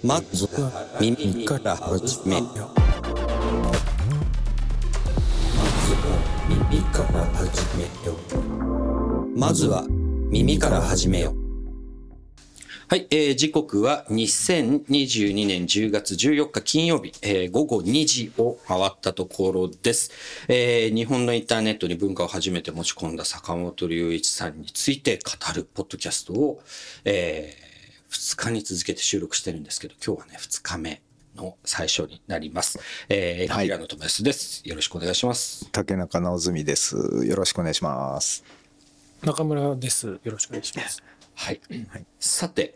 まずは耳から始めよ。まずは耳から始めよ。はい、時刻は2022年10月14日金曜日、午後2時を回ったところです。日本のインターネットに文化を初めて持ち込んだ坂本龍一さんについて語るポッドキャストを、2日に続けて収録してるんですけど、今日はね2日目の最初になります。平野智康です。よろしくお願いします。 竹中直純です。よろしくお願いします。 中村です。よろしくお願いします。 はい。 さて、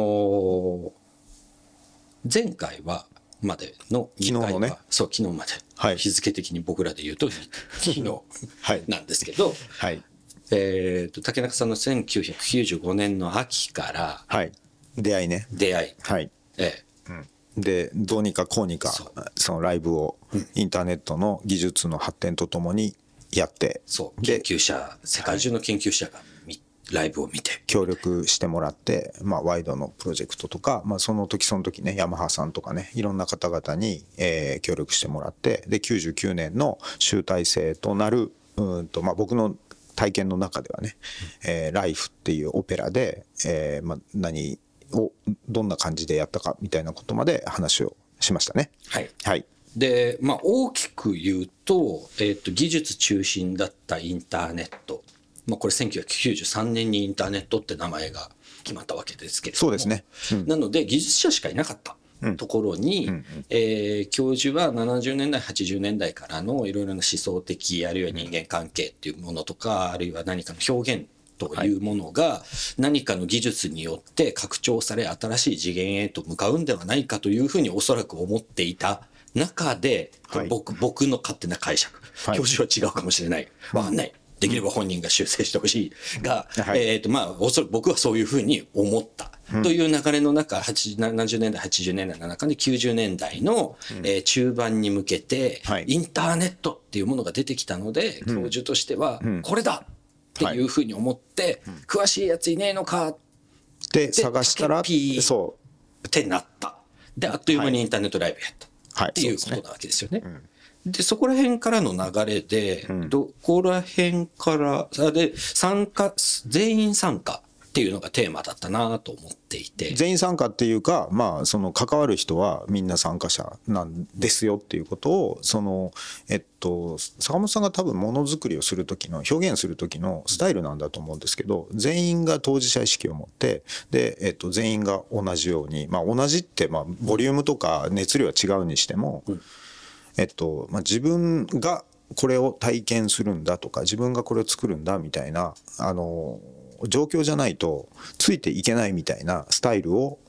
前回はまでの2回は、 昨日のね、 そう昨日まで、 はい、 日付的に僕らで言うと昨日なんですけど、 はい、 竹中さんの1995年の秋から、 はい、出会い、 はい、 でどうにかこうにかそのライブをインターネットの技術の発展とともにやって、 そう研究者、世界中の研究者がライブを見て協力してもらって、ワイドのプロジェクトとか、その時ね、ヤマハさんとかね、いろんな方々に、協力してもらって、で99年の集大成となる僕の体験の中ではね、ライフっていうオペラで、何をどんな感じでやったかみたいなことまで話をしましたね。 はい、 はい。 で、大きく言うと、技術中心だったインターネット、これ1993年にインターネットって名前が決まったわけですけれども、 そうですね、 なので技術者しかいなかったところに、教授は70年代80年代からのいろいろな思想的あるいは人間関係っていうものとか、あるいは何かの表現というものが何かの技術によって拡張され新しい次元へと向かうんではないかというふうにおそらく思っていた中で、僕の勝手な解釈、教授は違うかもしれない、わかんない、できれば本人が修正してほしいが、僕はそういうふうに思ったという流れの中、70年代80年代の中で90年代の、中盤に向けて、インターネットっていうものが出てきたので、教授としてはこれだっていうふうに思って、詳しいやついねえのかって探したらってなった。であっという間にインターネットライブやったっていうことなわけですよね。でそこら辺からの流れで、どこら辺からで全員参加っていうのがテーマだったなと思っていて、 全員参加っていうか、その関わる人はみんな参加者なんですよっていうことを、坂本さんが多分ものづくりをする時の表現する時のスタイルなんだと思うんですけど、全員が当事者意識を持って、で、全員が同じように、同じってボリュームとか熱量は違うにしても、自分がこれを体験するんだとか、自分がこれを作るんだみたいな状況じゃないとついていけないみたいなスタイルを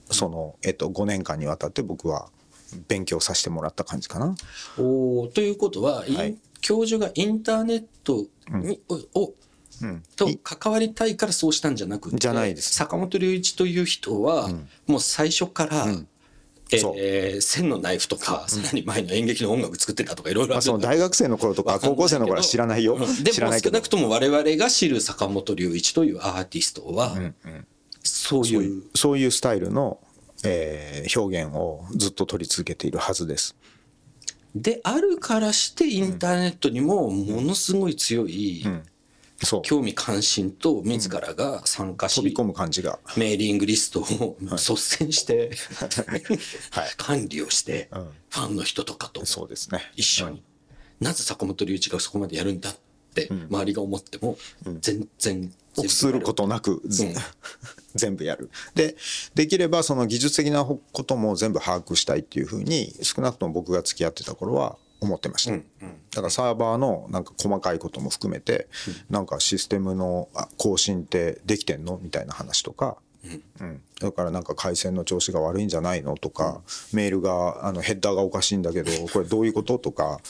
5年間にわたって僕は勉強させてもらった感じかな。 ということは、教授がインターネットに、と関わりたいからそうしたんじゃなくて、 じゃないです。 坂本龍一という人は、もう最初から、千のナイフとか、さらに前の演劇の音楽作ってたとかいろいろある、 その大学生の頃とか高校生の頃は知らないよ。 でも少なくとも我々が知る坂本龍一というアーティストは、そういうスタイルの、表現をずっと取り続けているはずです。 であるからしてインターネットにもものすごい強い、興味関心と自らが参加し、 飛び込む感じが、 メーリングリストを率先して、管理をして、ファンの人とかと一緒に、なぜ坂本龍一がそこまでやるんだって周りが思っても全然臆することなく全部やる。できればその技術的なことも全部把握したいっていうふうに、少なくとも僕が付き合ってた頃は思ってました。だからサーバーのなんか細かいことも含めて、なんかシステムの更新ってできてんのみたいな話とか、だからなんか回線の調子が悪いんじゃないのとか、メールがヘッダーがおかしいんだけどこれどういうこととか、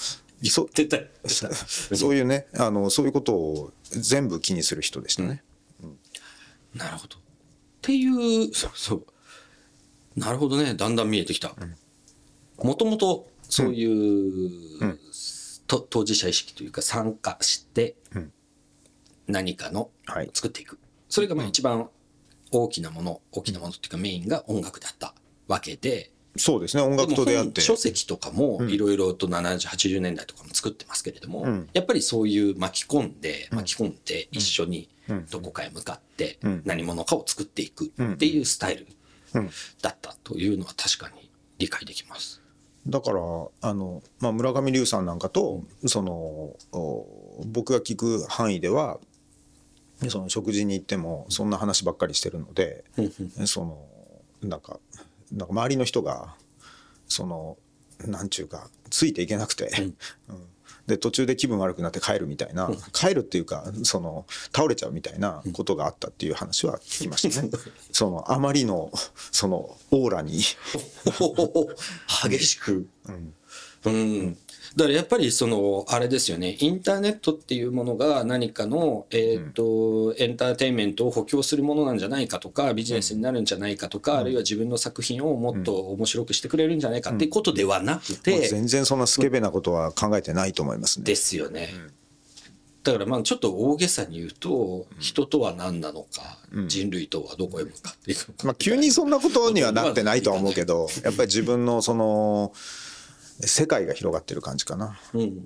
そういうね、そういうことを全部気にする人でしたね。 なるほど。っていうなるほどね、だんだん見えてきた。もともとそういう、当事者意識というか参加して何かの作っていく、それが一番大きなものっていうかメインが音楽だったわけで、 そうですね、音楽と出会って。 書籍とかもいろいろと70、80年代とかも作ってますけれども、やっぱりそういう巻き込んで一緒にどこかへ向かって何者かを作っていくっていうスタイルだったというのは確かに理解できます。 だから村上龍さんなんかと僕が聞く範囲ではその食事に行ってもそんな話ばっかりしてるのでなんか周りの人がなんちゅうかついていけなくて、で途中で気分悪くなって帰るみたいな、帰るっていうか倒れちゃうみたいなことがあったっていう話は聞きましたね。あまりのオーラに激しく、だからやっぱりあれですよね、インターネットっていうものが何かのエンターテインメントを補強するものなんじゃないかとか、ビジネスになるんじゃないかとか、あるいは自分の作品をもっと面白くしてくれるんじゃないかっていうことではなくて、 全然そんなスケベなことは考えてないと思いますね。 ですよね。だからちょっと大げさに言うと、人とは何なのか、人類とはどこへ向かっていくのか、 急にそんなことにはなってないとは思うけど、やっぱり自分の世界が広がってる感じかな。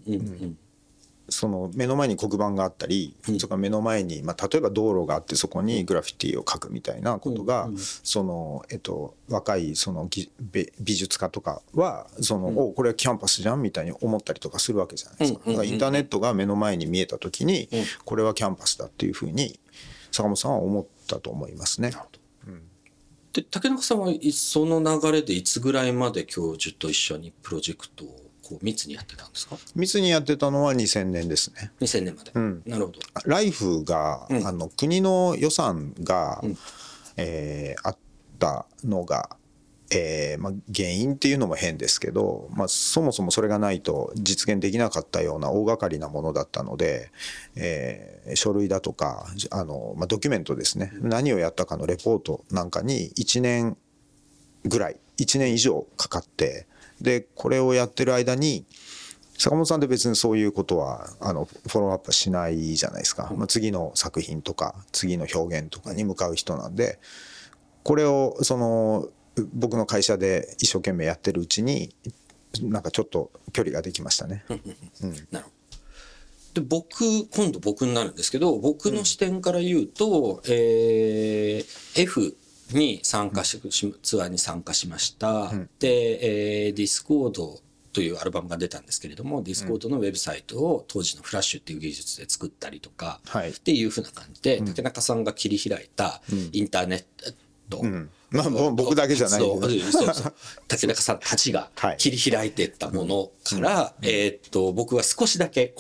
目の前に黒板があったり、それから目の前に、例えば道路があってそこにグラフィティを描くみたいなことが、若い美術家とかはこれはキャンパスじゃんみたいに思ったりとかするわけじゃないですか。だからインターネットが目の前に見えた時に、これはキャンパスだっていうふうに坂本さんは思ったと思いますね。 で竹中さんはその流れでいつぐらいまで教授と一緒にプロジェクトを密にやってたんですか？ 密にやってたのは2000年ですね。 2000年まで、なるほど。 ライフが、国の予算が、あったのが、原因っていうのも変ですけど、そもそもそれがないと実現できなかったような大掛かりなものだったので、書類だとかドキュメントですね、何をやったかのレポートなんかに1年以上かかって、でこれをやってる間に坂本さんって別にそういうことはフォローアップしないじゃないですか。次の作品とか次の表現とかに向かう人なんで、これを僕の会社で一生懸命やってるうちになんかちょっと距離ができましたね。 なるほど。で今度僕になるんですけど、僕の視点から言うと、F にツアーに参加しました。で、ディスコードというアルバムが出たんですけれども、ディスコードのウェブサイトを当時のフラッシュっていう技術で作ったりとか、っていうふうな感じで、竹中さんが切り開いたインターネット、 僕だけじゃないけど、 竹中さんたちが切り開いていったものから、僕は少しだけ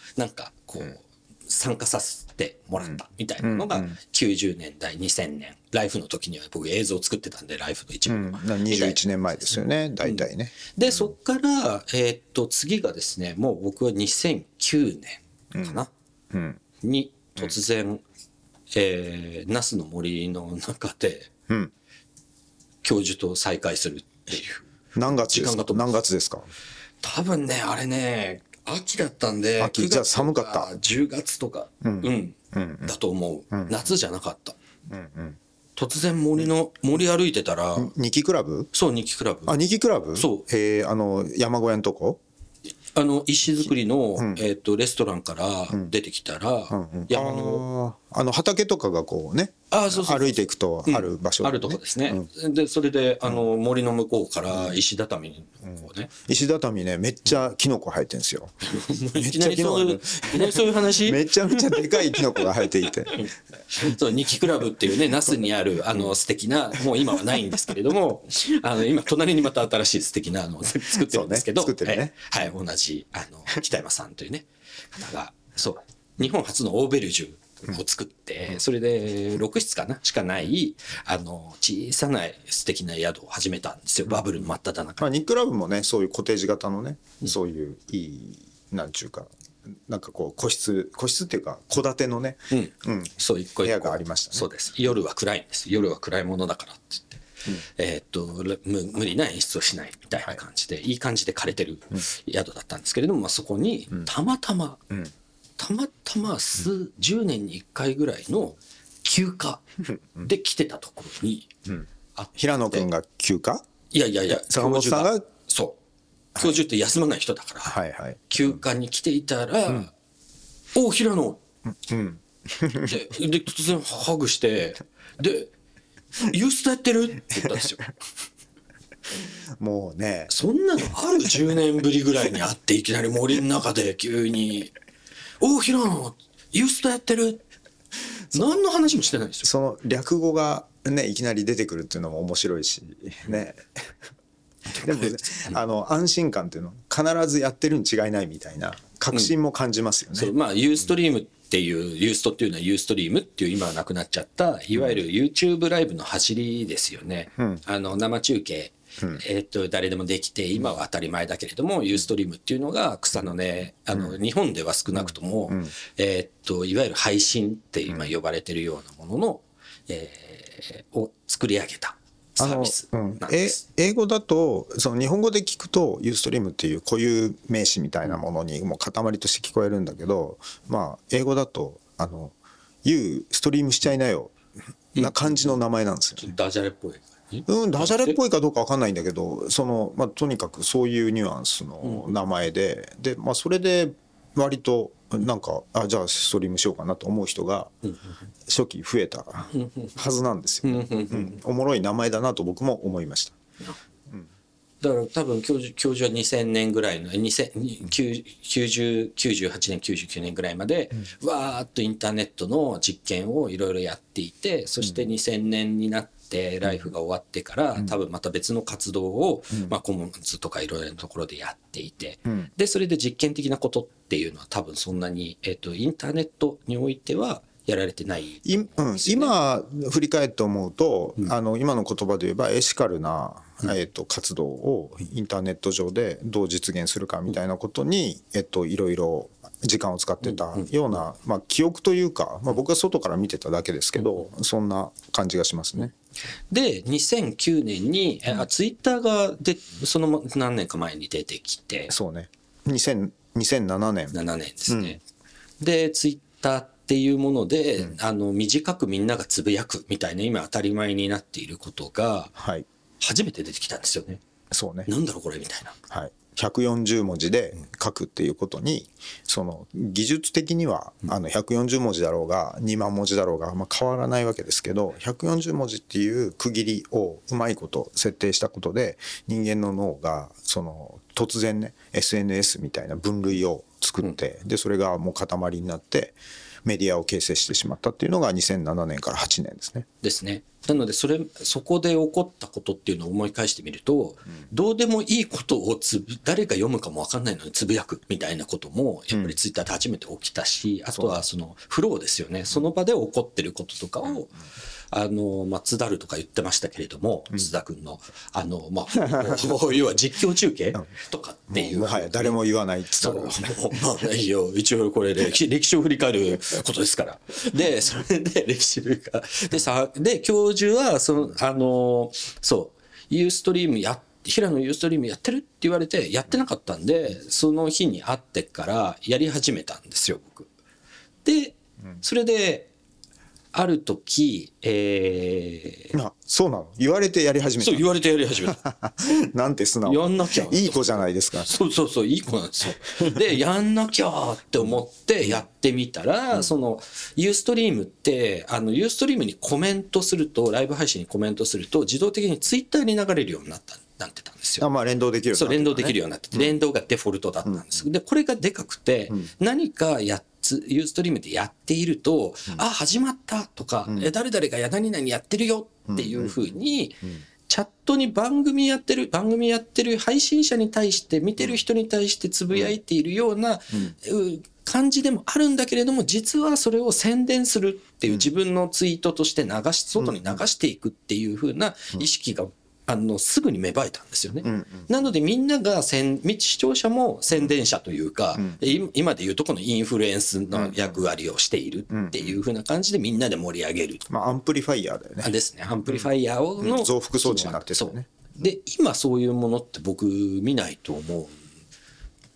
参加させてもらったみたいなのが90年代2000年ライフの時には僕映像を作ってたんで、ライフの一部 21年前ですよね、大体ね。 でそっから次がですね、もう僕は2009年かな、に突然那須の森の中で教授と再会するっていう何月ですか？ 多分ね、あれね、秋だったんで、 秋じゃあ寒かった。 10月とか、だと思う。夏じゃなかった。突然森歩いてたら、 ニキクラブ？ そう、ニキクラブ。 ニキクラブ？ そう。 山小屋のとこ？ 石造りの、レストランから出てきたら、山の畑とかがこうね、歩いていくとある場所、 あるとこですね。でそれで森の向こうから石畳にこうね、 石畳ね、めっちゃキノコ生えてるんですよ。 めっちゃキノコ、そういう話？ めちゃめちゃでかいキノコが生えていて、 そうニキクラブっていうね、那須にある素敵な、もう今はないんですけれども、今隣にまた新しい素敵な作ってるんですけど、 作ってるね。 はい、同じ北山さんというね方が、そう日本初のオーベルジュを作って、それで6室かなしかない小さな素敵な宿を始めたんですよ、バブルの真っ只中。 ニックラブもね、そういうコテージ型のね、そういういいなんちゅうか、なんかこう個室っていうか戸建てのね、 そう一個一個部屋がありましたね。 そうです。夜は暗いんです。夜は暗いものだからって言って、無理な演出をしないみたいな感じで、いい感じで枯れてる宿だったんですけれども、そこにたまたま数十年に1回ぐらいの休暇で来てたところに、 平野くんが休暇？ いやいやいや、 坂本さんがそう教授って休まない人だから、 はいはい、 休暇に来ていたら「おう平野」で突然ハグしてで「ユーストやってる?」って言ったんですよ。 もうね、 そんなのある10年ぶりぐらいに会っていきなり森の中で急に「おう平野ユーストやってる?」何の話もしてないんですよ。 その略語がねいきなり出てくるっていうのも面白いしねでも安心感っていうの必ずやってるに違いないみたいな確信も感じますよね。 そうまあユーストリームっていうユーストっていうのはユーストリームっていう今はなくなっちゃったいわゆる YouTube ライブの走りですよね。生中継誰でもできて今は当たり前だけれどもユーストリームっていうのが草の根日本では少なくともいわゆる配信って今呼ばれてるようなもののを作り上げたサービスなんです。 英語だとその日本語で聞くとユーストリームっていう固有名詞みたいなものにもう塊として聞こえるんだけど、まあ英語だとユーストリームしちゃいなよな感じの名前なんですよね。 ダジャレっぽい。 ダジャレっぽいかどうか分かんないんだけどとにかくそういうニュアンスの名前で、それで割となんかじゃあストリームしようかなと思う人が初期増えたはずなんですよ、おもろい名前だなと僕も思いました。 だから多分教授は2000年ぐらいの98年99年ぐらいまでわーっとインターネットの実験をいろいろやっていて、そして2000年になってライフが終わってから多分また別の活動をコモンズとかいろいろなところでやっていて、でそれで実験的なことっていうのは多分そんなにインターネットにおいてはやられてない、 今振り返って思うと、今の言葉で言えばエシカルな活動をインターネット上でどう実現するかみたいなことにいろいろ時間を使ってたような、記憶というか、僕は外から見てただけですけど、そんな感じがしますね。 で2009年にツイッターがその何年か前に出てきて、 そうね、2007年 7年ですね、でツイッターっていうもので、短くみんながつぶやくみたいな今当たり前になっていることが初めて出てきたんですよね。 そうね、 なんだろうこれみたいな、 140文字で書くっていうことにその技術的には140文字だろうが2万文字だろうが変わらないわけですけど、140文字っていう区切りをうまいこと設定したことで人間の脳がその突然ね SNS みたいな分類を作って、でそれがもう塊になってメディアを形成してしまったっていうのが2007年から8年ですね。 ですね。なのでそこで起こったことっていうのを思い返してみると、どうでもいいことを誰が読むかも分かんないのにつぶやくみたいなこともやっぱりツイッターで初めて起きたし、あとはそのフローですよね。その場で起こってることとかを津田るとか言ってましたけれども、津田君の要は実況中継とかっていう、 もはや誰も言わないっつったらいいよ、一応これ歴史を振り返ることですから。でそれで歴史振り返で教授はユーストリーム平野ユーストリームやってるって言われてやってなかったんで、その日に会ってからやり始めたんですよ僕。でそれである時、 そうなの、言われてやり始めた。 そう言われてやり始めたなんて素直、 やんなきゃいい子じゃないですか。 そういい子なんですよ。でやんなきゃって思ってやってみたら、そのユーストリームってユーストリームにコメントすると、ライブ配信にコメントすると自動的にツイッターに流れるようになってたんですよ。 連動できるようになってたね。 そう連動できるようになってて、連動がデフォルトだったんです。でこれがでかくて、何かユーストリームでやっていると、始まったとか、誰々が何々やってるよっていうふうに、チャットに番組やってる配信者に対して見てる人に対してつぶやいているような感じでもあるんだけれども、実はそれを宣伝するっていう、自分のツイートとして外に流していくっていうふうな意識がすぐに芽生えたんですよね。なのでみんなが視聴者も宣伝者というか、今でいうとこのインフルエンスの役割をしているっていう風な感じでみんなで盛り上げる、 アンプリファイヤーだよね。 ですね。アンプリファイヤーの増幅装置になってるよね。 で今そういうものって僕見ないと思うん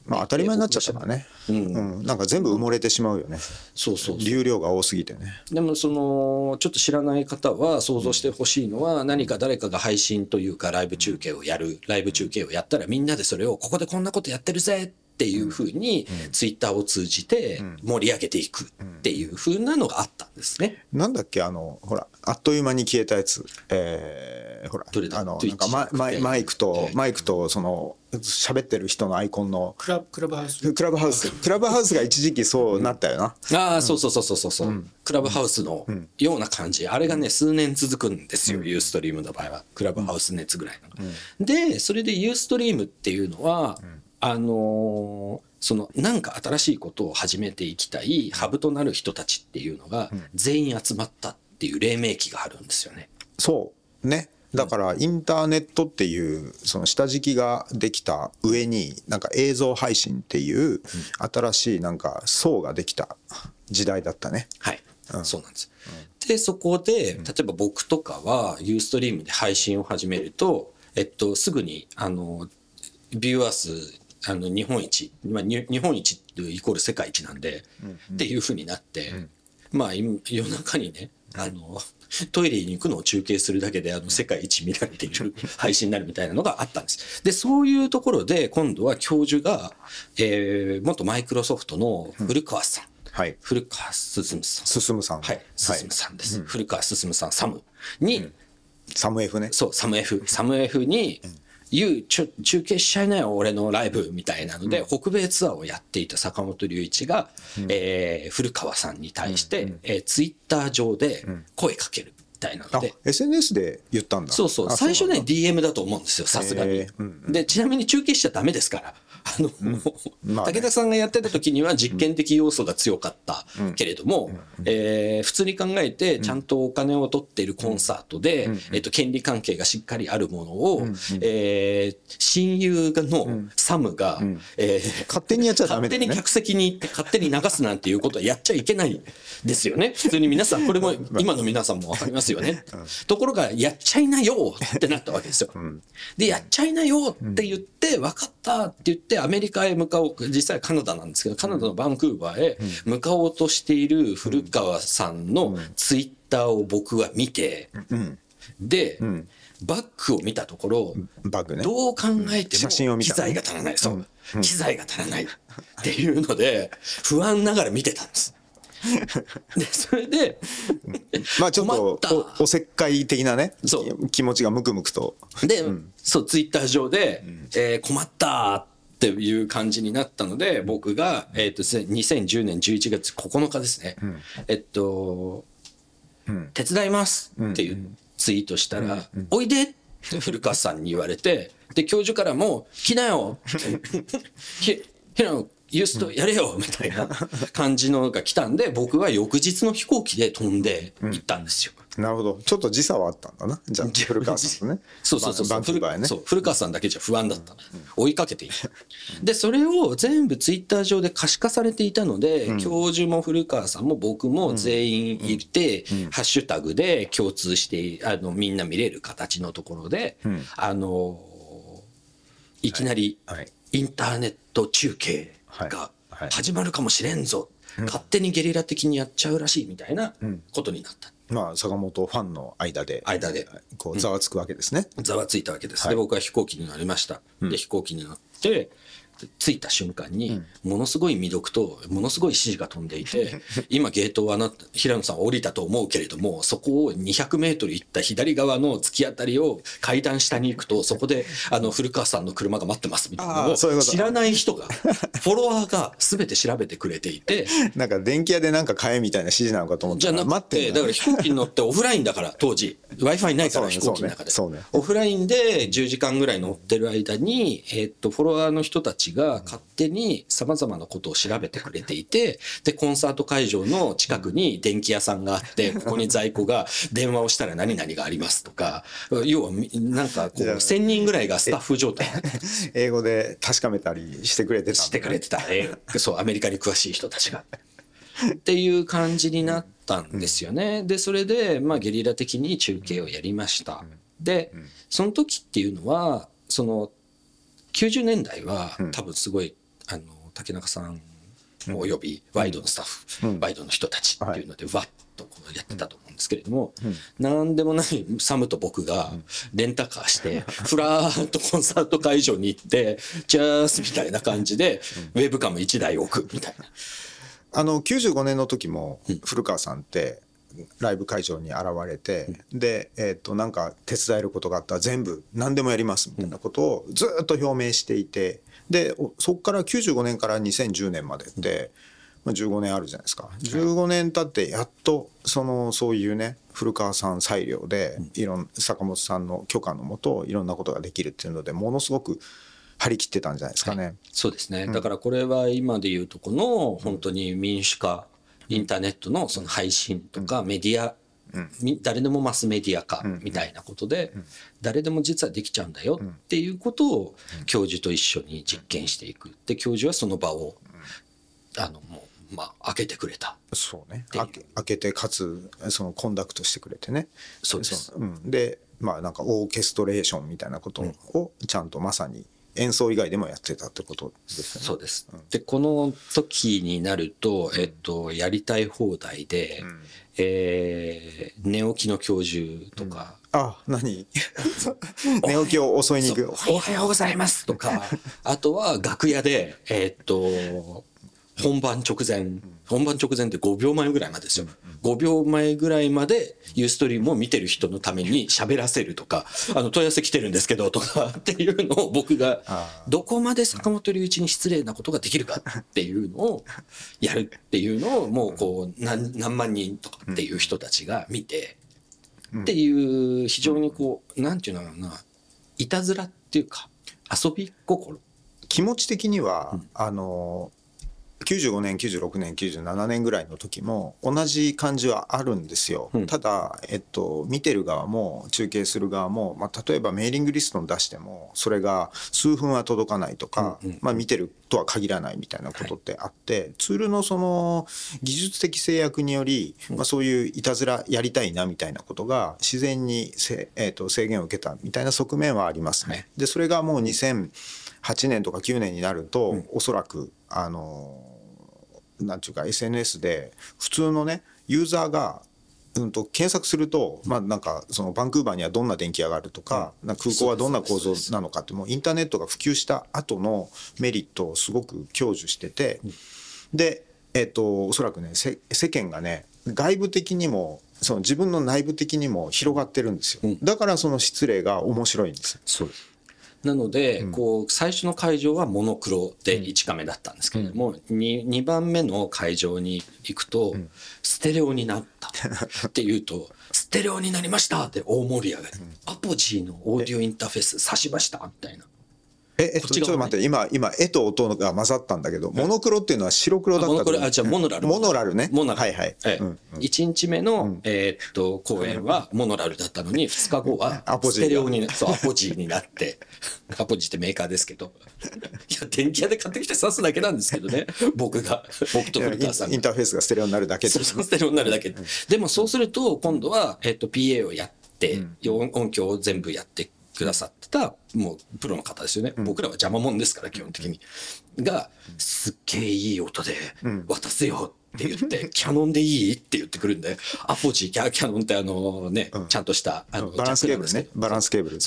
まあ当たり前になっちゃったからね、なんか全部埋もれてしまうよね。 そうそうそう、 流量が多すぎてね。 でもそのちょっと知らない方は想像してほしいのは、何か誰かが配信というかライブ中継をやる、ライブ中継をやったらみんなでそれをここでこんなことやってるぜっていうふうにツイッターを通じて盛り上げていくっていうふうなのがあったんですね。 なんだっけ、ほらあっという間に消えたやつ、ほらなんかマイクとその喋ってる人のアイコンのクラブハウス。 クラブハウスが一時期そうなったよな。 ああ、そうそうそうそうそう、クラブハウスのような感じ、あれがね数年続くんですよ、ユーストリームの場合は。クラブハウス熱ぐらいの、でそれでユーストリームっていうのは、そのなんか新しいことを始めていきたいハブとなる人たちっていうのが全員集まったっていう黎明期があるんですよね。 そうね。だからインターネットっていうその下敷きができた上になんか映像配信っていう新しいなんか層ができた時代だったね。 はい、そうなんです。でそこで例えば僕とかはユーストリームで配信を始めると、すぐにビューアー数日本一、まあ、日本一イコール世界一なんで、っていうふうになって、まあ夜中にねトイレに行くのを中継するだけで世界一見られている配信になるみたいなのがあったんです。でそういうところで今度は教授が、元マイクロソフトの古川さん、古川進さん、はい、進さんです、古川進さんサムに、 サム F ね。 そうサム F に、中継しちゃいなよ俺のライブみたいなので、北米ツアーをやっていた坂本龍一が、古川さんに対して、ツイッター上で声かけるみたいなので、 SNS で言ったんだ。 そうそう、最初ね DM だと思うんですよ、さすがに。でちなみに中継しちゃダメですから武田さんがやってた時には実験的要素が強かったけれども、普通に考えてちゃんとお金を取っているコンサートで、権利関係がしっかりあるものを、親友のサムが、 勝手にやっちゃダメだよね。 勝手に客席に行って勝手に流すなんていうことはやっちゃいけないですよね。普通に皆さん、これも今の皆さんも分かりますよね。ところがやっちゃいなよってなったわけですよ。でやっちゃいなよって言って分かったって言ってアメリカへ向かおう、実際はカナダなんですけどカナダのバンクーバーへ向かおうとしている古川さんのツイッターを僕は見て、で、バッグを見たところ、どう考えても機材が足らない、機材が足らないっていうので不安ながら見てたんです。でそれでまあちょっとおせっかい的なね気持ちがムクムクとで、そうツイッター上で、困ったっていう感じになったので、僕が、2010年11月9日ですね、手伝いますっていうツイートしたら、おいでって古川さんに言われて、で教授からも来なよ平野ユーストやれよみたいな感じのが来たんで、僕は翌日の飛行機で飛んで行ったんですよ。 なるほど、ちょっと時差はあったんだな、じゃあ古川さんとね。 そう古川さんだけじゃ不安だった、追いかけていた。でそれを全部ツイッター上で可視化されていたので、教授も古川さんも僕も全員いて、ハッシュタグで共通してみんな見れる形のところで、いきなりインターネット中継が始まるかもしれんぞ、勝手にゲリラ的にやっちゃうらしいみたいなことになった。 まあ坂本ファンの間でこうざわつくわけですね。 ざわついたわけです。で僕は飛行機に乗りました。で飛行機に乗って着いた瞬間にものすごい未読とものすごい指示が飛んでいて、今ゲートは平野さん降りたと思うけれども、そこを200メートル行った左側の突き当たりを階段下に行くと、そこで古川さんの車が待ってますみたいなのを知らない人がフォロワーが全て調べてくれていて、 なんか電気屋でなんか買えみたいな指示なのかと思ったら、 じゃなくてだから飛行機に乗ってオフラインだから当時 Wi-Fi ないから飛行機の中でオフラインで10時間ぐらい乗ってる間にフォロワーの人たちが勝手にさまざまなことを調べてくれていて、でコンサート会場の近くに電気屋さんがあって、ここに在庫が電話をしたら何々がありますとか、要はなんかこう1000人ぐらいがスタッフ状態英語で確かめたりしてくれてたそうアメリカに詳しい人たちがっていう感じになったんですよね。でそれでまあゲリラ的に中継をやりました。でその時っていうのはその90年代は多分すごい竹中さんおよびワイドのスタッフ、ワイドの人たちっていうのでわっとこうやってたと思うんですけれども、なんでもないサムと僕がレンタカーしてふらーっとコンサート会場に行ってチャースみたいな感じでウェブカム1台置くみたいな。 95年の時も古川さんってライブ会場に現れて、で、なんか手伝えることがあったら全部何でもやりますみたいなことをずっと表明していて、でそこから95年から2010年までって、15年あるじゃないですか。15年経ってやっとそういうね古川さん裁量で坂本さんの許可のもといろんなことができるっていうのでものすごく張り切ってたんじゃないですかね。 そうですね。だからこれは今でいうとこの本当に民主化、インターネットのその配信とかメディア、誰でもマスメディア化みたいなことで誰でも実はできちゃうんだよっていうことを教授と一緒に実験していく。で教授はその場をもう開けてくれた。 そうね。開けてかつそのコンダクトしてくれてね。 そうです。 でなんかオーケストレーションみたいなことをちゃんとまさに演奏以外でもやってたってことですね。 そうです。でこの時になると、やりたい放題で、寝起きの教授とか、 何寝起きを襲いに行くおはようございますとかあとは楽屋で本番直前って5秒前ぐらいまでですよ。5秒前ぐらいまでユーストリームを見てる人のために喋らせるとか、問い合わせ来てるんですけどとかっていうのを僕がどこまで坂本龍一に失礼なことができるかっていうのをやるっていうのをもうこう何万人とかっていう人たちが見てっていう非常にこうなんていうのかないたずらっていうか遊び心。 気持ち的には95年96年97年ぐらいの時も同じ感じはあるんですよ。ただ、見てる側も中継する側も、例えばメーリングリストに出してもそれが数分は届かないとか、見てるとは限らないみたいなことってあって、ツールのその技術的制約により、そういういたずらやりたいなみたいなことが自然に制限を受けたみたいな側面はありますね。でそれがもう2008年とか9年になると、おそらくなんていうか SNS で普通のねユーザーが検索するとなんかそのバンクーバーにはどんな電気屋があるとか空港はどんな構造なのかってもうインターネットが普及した後のメリットをすごく享受してて、でおそらくね世間がね外部的にもその自分の内部的にも広がってるんですよ。だからその失礼が面白いんです。 そうです。なので、こう最初の会場はモノクロで1カメだったんですけれども、2番目の会場に行くと、ステレオになったっていうと、ステレオになりましたって大盛り上がり、アポジーのオーディオインターフェース挿しましたみたいな。 ちょっと待って、今絵と音が混ざったんだけど、モノクロっていうのは白黒だったと思う。 じゃあモノラル。 モノラルね。 モノラル。 はいはい。 1日目の、公演はモノラルだったのに、2日後はステレオに、アポジーになって、アポジーってメーカーですけど、いや、電気屋で買ってきて挿すだけなんですけどね、僕と古川さんが。 インターフェースがステレオになるだけで。 そうステレオになるだけ。でもそうすると、今度は、PA をやって、音響を全部やってくださってたもうプロの方ですよね、僕らは邪魔者ですから基本的に、がすっげえいい音で渡せよって言って、キャノンでいいって言ってくるんで、アポジーキャノンってちゃんとしたバランスケーブルね、バランスケーブル、 そう、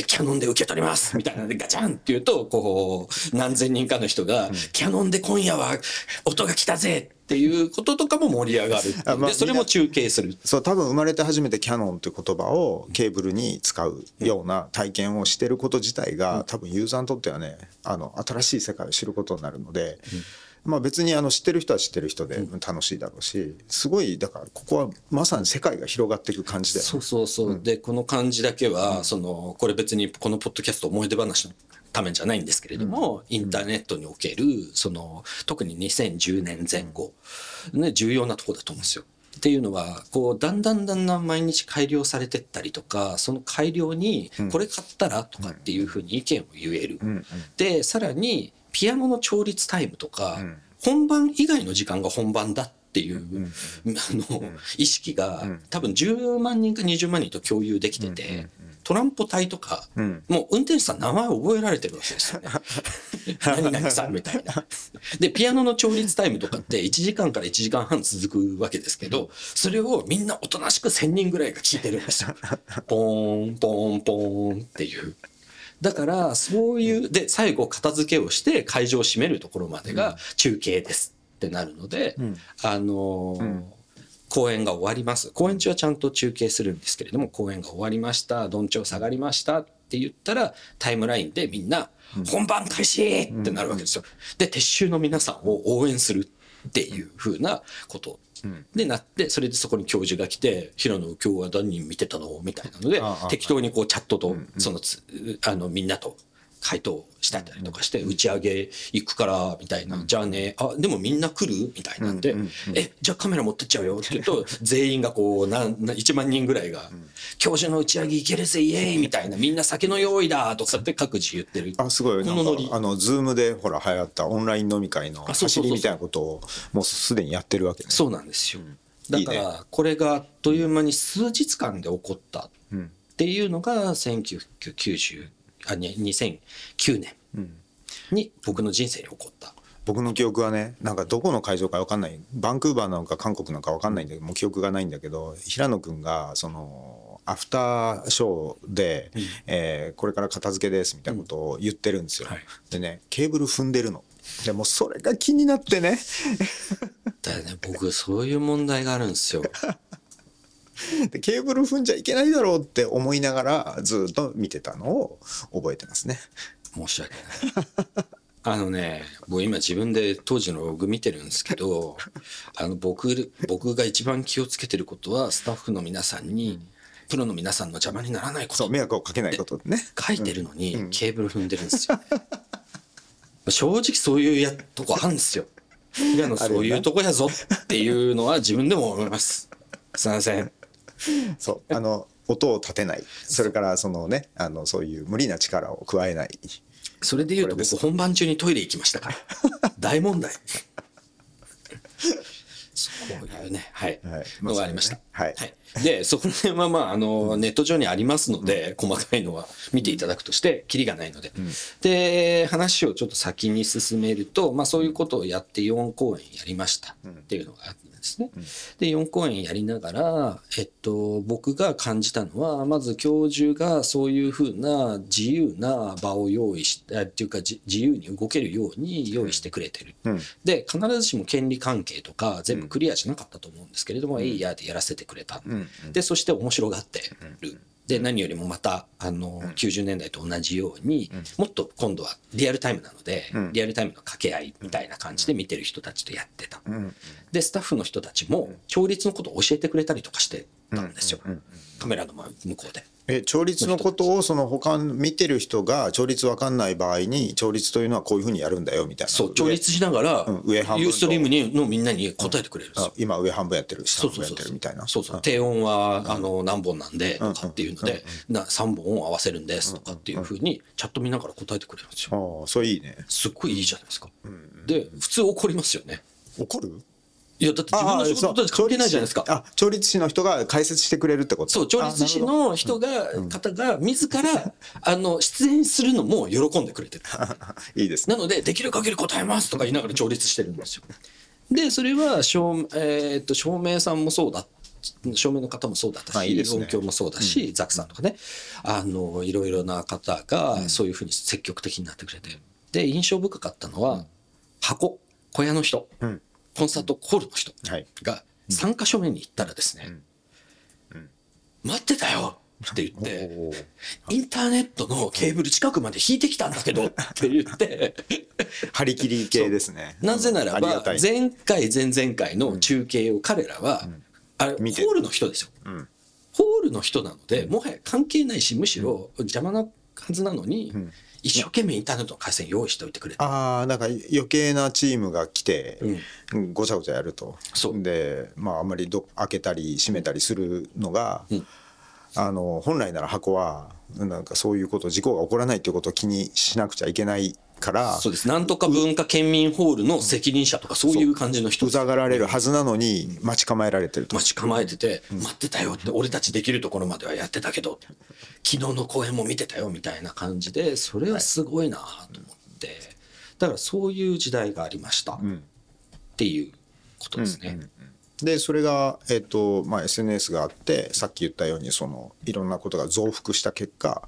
キャノンで受け取りますみたいなのでガチャンって言うと、こう何千人かの人が、キャノンで今夜は音が来たぜっていうこととかも盛り上がる。でそれも中継する。 そう多分生まれて初めてキャノンという言葉をケーブルに使うような体験をしてること自体が、多分ユーザーにとってはね新しい世界を知ることになるので、別に知ってる人は知ってる人で楽しいだろうし、すごいだからここはまさに世界が広がっていく感じだよね。 そう、でこの感じだけは、これ別にこのポッドキャスト思い出話のためじゃないんですけれども、インターネットにおける特に2010年前後、ね、重要なところだと思うんですよ。っていうのはこうだんだん毎日改良されてったりとか、その改良にこれ買ったらとかっていうふうに意見を言える。でさらにピアノの調律タイムとか、本番以外の時間が本番だっていう意識が多分10万人か20万人と共有できてて、 トランポ隊とか、もう運転手さん名前覚えられてるわけですよね。何々さんみたいな。で、ピアノの調律タイムとかって1時間から1時間半続くわけですけど、それをみんなおとなしく1000人ぐらいが聞いてるんですよ。ポーン、ポーン、ポーンっていう。だから、そういう、で、最後片付けをして会場を閉めるところまでが中継ですってなるので、公演が終わります。公演中はちゃんと中継するんですけれども、公演が終わりました、どんちょう下がりましたって言ったら、タイムラインでみんな、本番開始ってなるわけですよ。で、撤収の皆さんを応援するっていう風なことでなって、それでそこに教授が来て、平野今日は何人見てたのみたいなので、適当にこうチャットと、みんなと回答したりとかして、打ち上げ行くから、みたいな。じゃあね、でもみんな来るみたいなんで、じゃあカメラ持ってっちゃうよって言うと、全員がこう、1万人ぐらいが、教授の打ち上げ行けるぜ、イエーイみたいな、みんな酒の用意だとかって各自言ってる。 すごい。ズームでほら流行ったオンライン飲み会の走りみたいなことを、もうすでにやってるわけね。 そうなんですよ。だから、これがあっという間に数日間で起こったっていうのが、2009年に僕の人生に起こった。 僕の記憶はね、なんかどこの会場か分かんない、バンクーバーなのか韓国なのか分かんないんだけど、もう記憶がないんだけど、平野くんがそのアフターショーで、これから片付けですみたいなことを言ってるんですよ。でね、ケーブル踏んでるの。でもそれが気になってね。 だよね、僕そういう問題があるんですよ。 でケーブル踏んじゃいけないだろうって思いながらずっと見てたのを覚えてますね。 申し訳ない。僕今自分で当時のログ見てるんですけど、僕が一番気をつけてることは、スタッフの皆さんに、プロの皆さんの邪魔にならないこと。 そう、迷惑をかけないことね。 書いてるのに、ケーブル踏んでるんですよね。正直そういうとこあるんですよ。平野そういうとこやぞっていうのは自分でも思います。すいません。 そう、音を立てない。それからそのね、そういう無理な力を加えない。 それで言うと僕本番中にトイレ行きましたから。大問題。そういうね、のがありました。で、そこら辺はネット上にありますので、細かいのは見ていただくとして、キリがないので。で、話をちょっと先に進めると、そういうことをやって4公演やりましたっていうのがあってですね。で、4公演やりながら、僕が感じたのは、まず教授がそういうふうな自由な場を用意して、っていうか自由に動けるように用意してくれてる。で、必ずしも権利関係とか全部クリアじゃなかったと思うんですけれども、いいやでやらせてくれた。で、そして面白がってる。で、何よりもまた、90年代と同じように、もっと今度はリアルタイムなので、リアルタイムの掛け合いみたいな感じで見てる人たちとやってた。で、スタッフの人たちも、調律のことを教えてくれたりとかしてたんですよ。カメラの向こうで。 調律のことを他見てる人が調律分かんない場合に、調律というのはこういうふうにやるんだよみたいな。 そう、調律しながら、ユーストリームのみんなに答えてくれるんですよ。 今上半分やってる、下半分やってるみたいな。 そうそう。低音は何本なんでとかっていうので、3本を合わせるんですとかっていうふうに、チャット見ながら答えてくれるんですよ。 それいいね。 すっごいいいじゃないですか。で、普通怒りますよね。 怒る？ いや、だって自分の仕事と関係ないじゃないですか。 調律師の人が解説してくれるってこと？ そう、調律師の方が自ら出演するのも喜んでくれてる。 いいですね。 なので、できる限り答えますとか言いながら調律してるんですよ。で、それは照明さんもそうだ。照明の方もそうだったし、音響もそうだし、ザクさんとかね、いろいろな方がそういうふうに積極的になってくれて。で、印象深かったのは、小屋の人。コンサートホールの人が3カ所目に行ったらですね、待ってたよって言って、インターネットのケーブル近くまで引いてきたんだけどって言って、 張り切り系ですね。 なぜならば、前回前々回の中継を彼らは、ホールの人ですよ。ホールの人なので、もはや関係ないし、むしろ邪魔なはずなのに、一生懸命インターネットの回線用意しておいてくれて。 なんか余計なチームが来て、ごちゃごちゃやると。で、あんまり開けたり閉めたりするのが、本来なら箱は、なんかそういうこと、事故が起こらないということを気にしなくちゃいけないからそうです。なんとか文化県民ホールの責任者とかそういう感じの人うざがられるはずなのに待ち構えられてると。 待ち構えてて、待ってたよって、俺たちできるところまではやってたけど、昨日の公演も見てたよみたいな感じで、それはすごいなと思って、だからそういう時代がありましたっていうことですね。 でそれが、SNS があって、さっき言ったようにいろんなことが増幅した結果、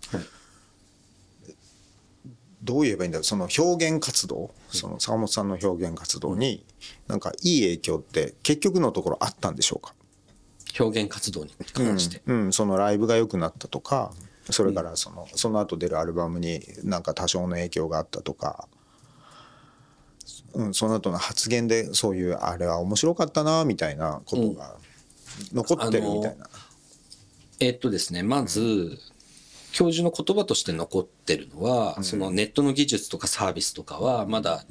どう言えばいいんだろう、その表現活動、その坂本さんの表現活動になんかいい影響って結局のところあったんでしょうか。 表現活動に関して、 そのライブが良くなったとか、それからその後出るアルバムになんか多少の影響があったとか、その後の発言でそういうあれは面白かったなみたいなことが残ってるみたいな。 ですね、まず教授の言葉として残ってるのは、そのネットの技術とかサービスとかはまだ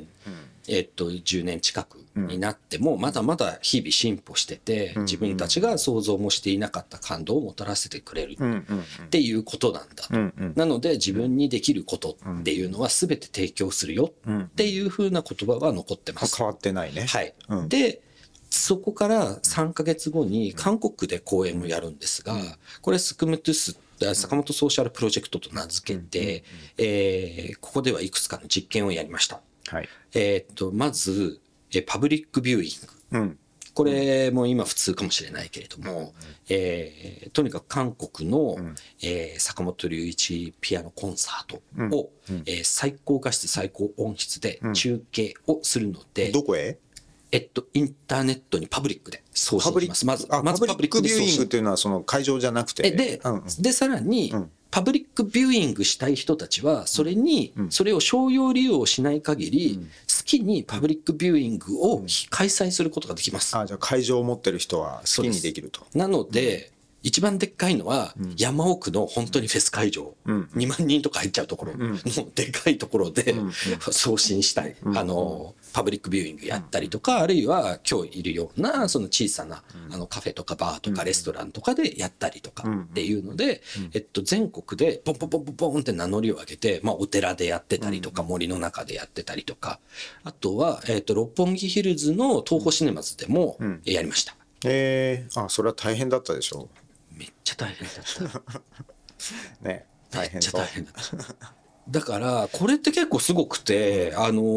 2010年近くになってもまだまだ日々進歩してて、自分たちが想像もしていなかった感動をもたらせてくれるっていうことなんだと。なので自分にできることっていうのは全て提供するよっていうふうな言葉は残ってます。 変わってないね。 はい。でそこから3ヶ月後に韓国で公演をやるんですが、これスクムトゥス坂本ソーシャルプロジェクトと名付けて、ここではいくつかの実験をやりました。 はい、 まずパブリックビューイング、これも今普通かもしれないけれども、とにかく韓国の、坂本龍一ピアノコンサートを、最高画質最高音質で中継をするので、 どこへ？ インターネットにパブリックで送信します。まずパブリックビューイングっていうのはその会場じゃなくて、 でさらに、パブリックビューイングしたい人たちはそれを商用利用しない限り、好きにパブリックビューイングを開催することができます。 じゃあ会場を持ってる人は好きにできると。 なので、一番でっかいのは山奥の本当にフェス会場、2万人とか入っちゃうところのでかいところで送信したい、パブリックビューイングやったりとか、あるいは今日いるようなその小さなカフェとかバーとかレストランとかでやったりとかっていうので、全国でポンポンポンポンポンって名乗りを上げて、お寺でやってたりとか森の中でやってたりとか、あとは六本木ヒルズの東宝シネマズでもやりました。 それは大変だったでしょう。 めっちゃ大変だったね、大変そう。 めっちゃ大変だっただからこれって結構すごくて、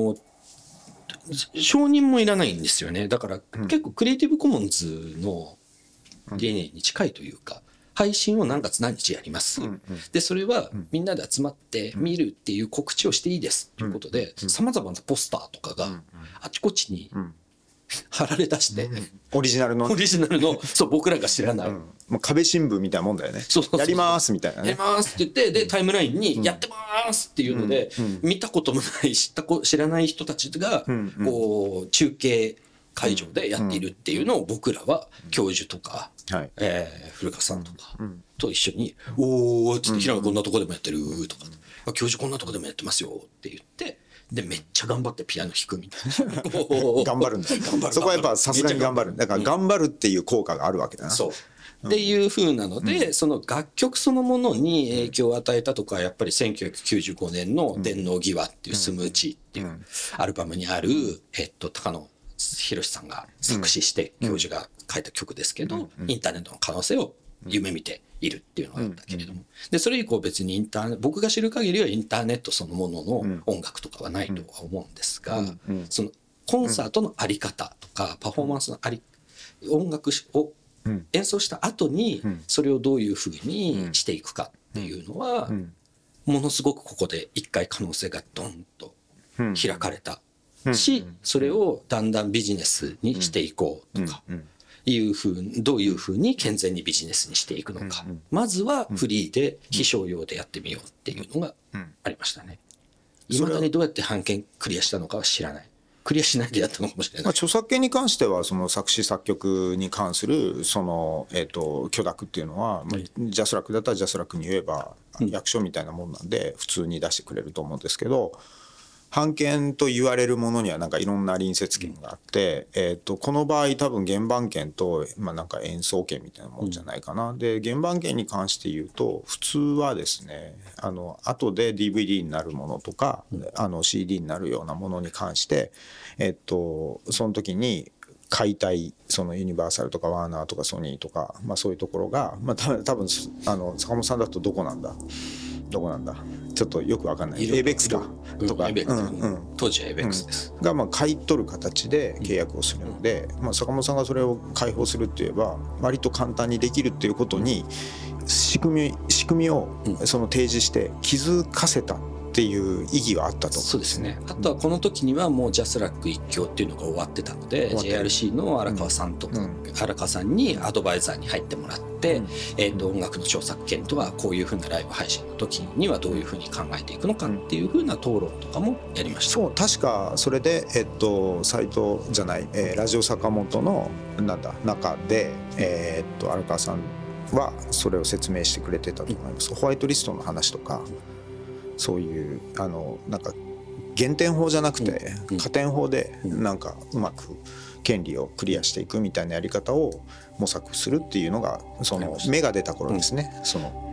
承認もいらないんですよね。だから結構クリエイティブコモンズの理念に近いというか、配信を何月何日やります、でそれはみんなで集まって見るっていう告知をしていいですということで、さまざまなポスターとかがあちこちに貼られ出して、 オリジナルのそう僕らが知らない、 もう壁新聞みたいなもんだよね。やりますみたいなね。 やりますって言って、でタイムラインにやってますっていうので、見たこともない知らない人たちがこう中継会場でやっているっていうのを、僕らは教授とか、古川さんとかと一緒に「おー」っつって「平野こんなとこでもやってる」とか「教授こんなとこでもやってますよ」って言って。でめっちゃ頑張ってピアノ弾くみたいな頑張るんだ。そこはやっぱさすがに頑張る。だから頑張るっていう効果があるわけだな。 そうっていう風なので、その楽曲そのものに影響を与えたとか、やっぱり1995年の「電脳際」っていうスムーチーっていうアルバムにある、高野博さんが作詞して教授が書いた曲ですけど、インターネットの可能性を夢見ているっていうのがあったけれども、でそれ以降別に僕が知る限りはインターネットそのものの音楽とかはないとは思うんですが、そのコンサートのあり方とかパフォーマンスの音楽を演奏した後にそれをどういうふうにしていくかっていうのは、ものすごくここで一回可能性がドンと開かれたし、それをだんだんビジネスにしていこうとか。どういうふうに健全にビジネスにしていくのか、まずはフリーで非商用でやってみようっていうのがありましたね。いまだにどうやって版権クリアしたのかは知らない。クリアしないでやったのかもしれない。 著作権に関してはその作詞作曲に関するその許諾っていうのは、ジャスラックだったらジャスラックに言えば役所みたいなもんなんで普通に出してくれると思うんですけど、 版権と言われるものにはなんかいろんな隣接権があって、この場合多分原版権と、なんか演奏権みたいなもんじゃないかな。で原版権に関して言うと普通はですね後で DVD になるものとか、CD になるようなものに関して、その時に買いたいそのユニバーサルとかワーナーとかソニーとか、そういうところが、多分坂本さんだとどこなんだちょっとよく分かんない。ABEX かとか、 当時は ABEX です。 が買い取る形で契約をするので、坂本さんがそれを開放するって言えば割と簡単にできるっていうことに仕組みをその提示して気づかせたっていう意義はあったと思そうですね。あとはこの時にはもうジャスラック一強っていうのが終わってたので JRC の荒川さんとか、荒川さんにアドバイザーに入ってもらって、音楽の著作権とはこういうふうなライブ配信の時にはどういうふうに考えていくのかっていうふうな討論とかもやりました。 そう確かそれでサイトじゃない、ラジオ坂本の中で荒川さんはそれを説明してくれてたと思います。ホワイトリストの話とかそういうなんか減点法じゃなくて加点法でなんかうまく権利をクリアしていくみたいなやり方を模索するっていうのがその芽が出た頃ですね。その